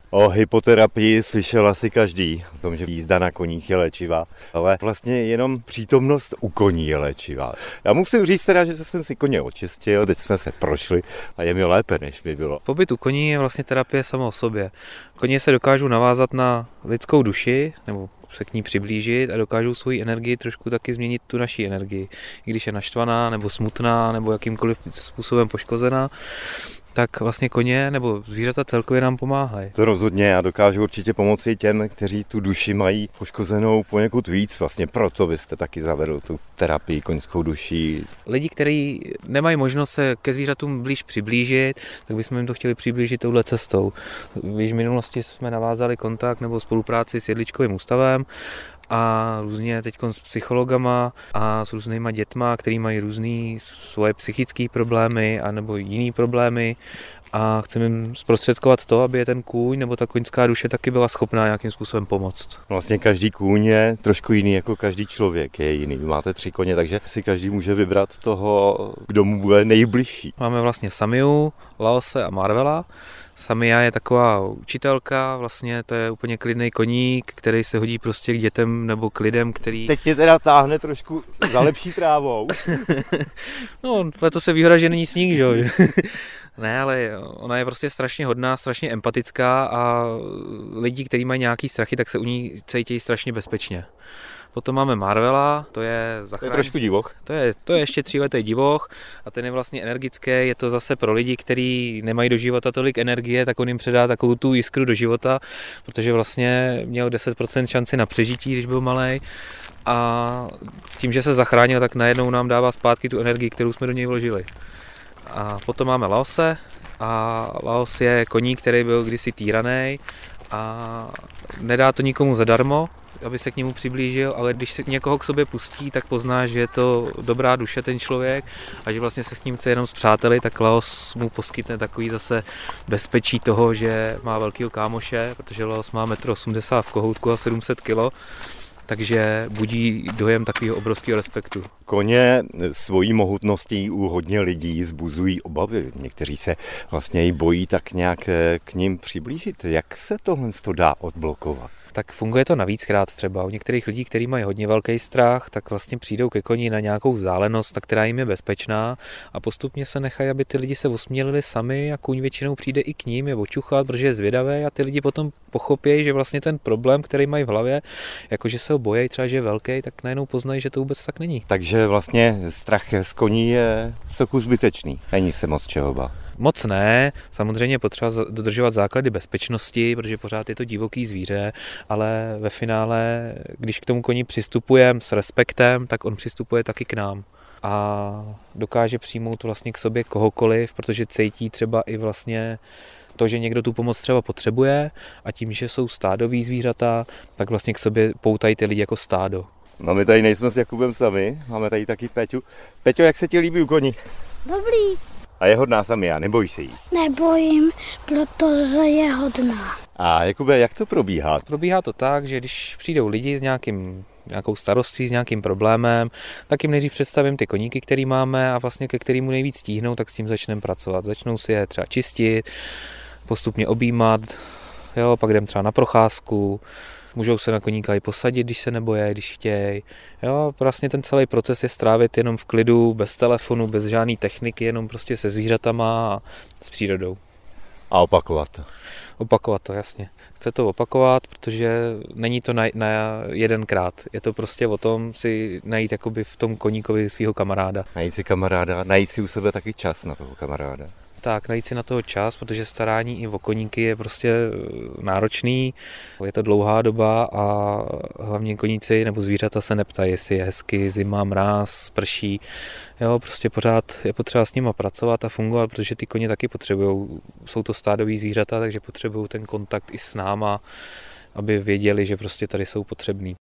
O hypoterapii slyšel asi každý, o tom, že jízda na koních je léčivá, ale vlastně jenom přítomnost u koní je léčivá. Já musím říct teda, že jsem si koně očistil, teď jsme se prošli a je mi lépe, než by bylo. Pobyt u koní je vlastně terapie sama o sobě. Koně se dokážou navázat na lidskou duši, nebo se k ní přiblížit a dokážou svoji energii trošku taky změnit tu naší energii. I když je naštvaná, nebo smutná, nebo jakýmkoliv způsobem poškozená, tak vlastně koně nebo zvířata celkově nám pomáhají. To rozhodně, já dokážu určitě pomoci těm, kteří tu duši mají poškozenou poněkud víc. Vlastně proto byste taky zavedl tu terapii koňskou duší. Lidi, kteří nemají možnost se ke zvířatům blíž přiblížit, tak bychom jim to chtěli přiblížit touhle cestou. Když v minulosti jsme navázali kontakt nebo spolupráci s jedličkovým ústavem a různě teď s psychologama a s různýma dětma, který mají různé svoje psychické problémy anebo jiné problémy a chceme jim zprostředkovat to, aby je ten kůň nebo ta koňská duše taky byla schopná nějakým způsobem pomoct. Vlastně každý kůň je trošku jiný, jako každý člověk je jiný. Vy máte 3 koně, takže si každý může vybrat toho, kdo mu bude nejbližší. Máme vlastně Samiu, Laose a Marvela. Samia je taková učitelka, vlastně to je úplně klidný koník, který se hodí prostě k dětem nebo k lidem, který... Teď mě teda táhne trošku za lepší trávou. No, to se výhoda, že není sníh, že jo? Ne, ale ona je prostě strašně hodná, strašně empatická a lidi, kteří mají nějaký strachy, tak se u ní cítí strašně bezpečně. Potom máme Marvela, to je To je trošku divoch. To je ještě 3letý divoch a ten je vlastně energický, je to zase pro lidi, kteří nemají do života tolik energie, tak on jim předá takovou tu jiskru do života, protože vlastně měl 10% šanci na přežití, když byl malej a tím, že se zachránil, tak najednou nám dává zpátky tu energii, kterou jsme do něj vložili. A potom máme Laose a Laos je koník, který byl kdysi týraný a nedá to nikomu zadarmo, aby se k němu přiblížil, ale když se někoho k sobě pustí, tak pozná, že je to dobrá duše ten člověk a že vlastně se s ním chce jenom zpřátelit, tak Laos mu poskytne takový zase bezpečí toho, že má velkýho kámoše, protože Laos má 1,80 m v kohoutku a 700 kg, takže budí dojem takového obrovského respektu. Koně svojí mohutností u hodně lidí zbuzují obavy. Někteří se vlastně i bojí tak nějak k ním přiblížit. Jak se tohle dá odblokovat? Tak funguje to navíckrát třeba. U některých lidí, kteří mají hodně velký strach, tak vlastně přijdou ke koni na nějakou vzdálenost, která jim je bezpečná a postupně se nechají, aby ty lidi se osmělili sami a kůň většinou přijde i k ním, je očuchat, protože je zvědavý a ty lidi potom pochopí, že vlastně ten problém, který mají v hlavě, jakože se ho bojí, třeba že je velký, tak najednou poznají, že to vůbec tak není. Takže vlastně strach z koní je celku zbytečný. Není se moc čeho bát. Moc ne, samozřejmě je potřeba dodržovat základy bezpečnosti, protože pořád je to divoký zvíře, ale ve finále, když k tomu koni přistupujeme s respektem, tak on přistupuje taky k nám. A dokáže přijmout vlastně k sobě kohokoliv, protože cítí třeba i vlastně to, že někdo tu pomoc třeba potřebuje a tím, že jsou stádový zvířata, tak vlastně k sobě poutají ty lidi jako stádo. No my tady nejsme s Jakubem sami, máme tady taky Peťu. Peťo, jak se ti líbí u koní? Dobrý. A je hodná Samia, nebojíš se jí? Nebojím, protože je hodná. A Jakube, jak to probíhá? Probíhá to tak, že když přijdou lidi s nějakou starostí, s nějakým problémem, tak jim nejdřív představím ty koníky, který máme a vlastně ke kterému nejvíc stíhnou, tak s tím začneme pracovat. Začnou si je třeba čistit, postupně objímat, jo, pak jdem třeba na procházku, můžou se na koníka i posadit, když se nebojí, když chtějí. Jo, vlastně ten celý proces je strávit jenom v klidu, bez telefonu, bez žádné techniky, jenom prostě se zvířatama a s přírodou. A opakovat to. Opakovat to, jasně. Chce to opakovat, protože není to na jedenkrát. Je to prostě o tom si najít jakoby v tom koníkovi svého kamaráda. Najít si kamaráda, najít si u sebe taky čas na toho kamaráda. Tak, najít si na toho čas, protože starání i o koníky je prostě náročný, je to dlouhá doba a hlavně koníci nebo zvířata se neptají, jestli je hezky, zima, mráz, prší. Jo, prostě pořád je potřeba s nima pracovat a fungovat, protože ty koně taky potřebují, jsou to stádový zvířata, takže potřebují ten kontakt i s náma, aby věděli, že prostě tady jsou potřební.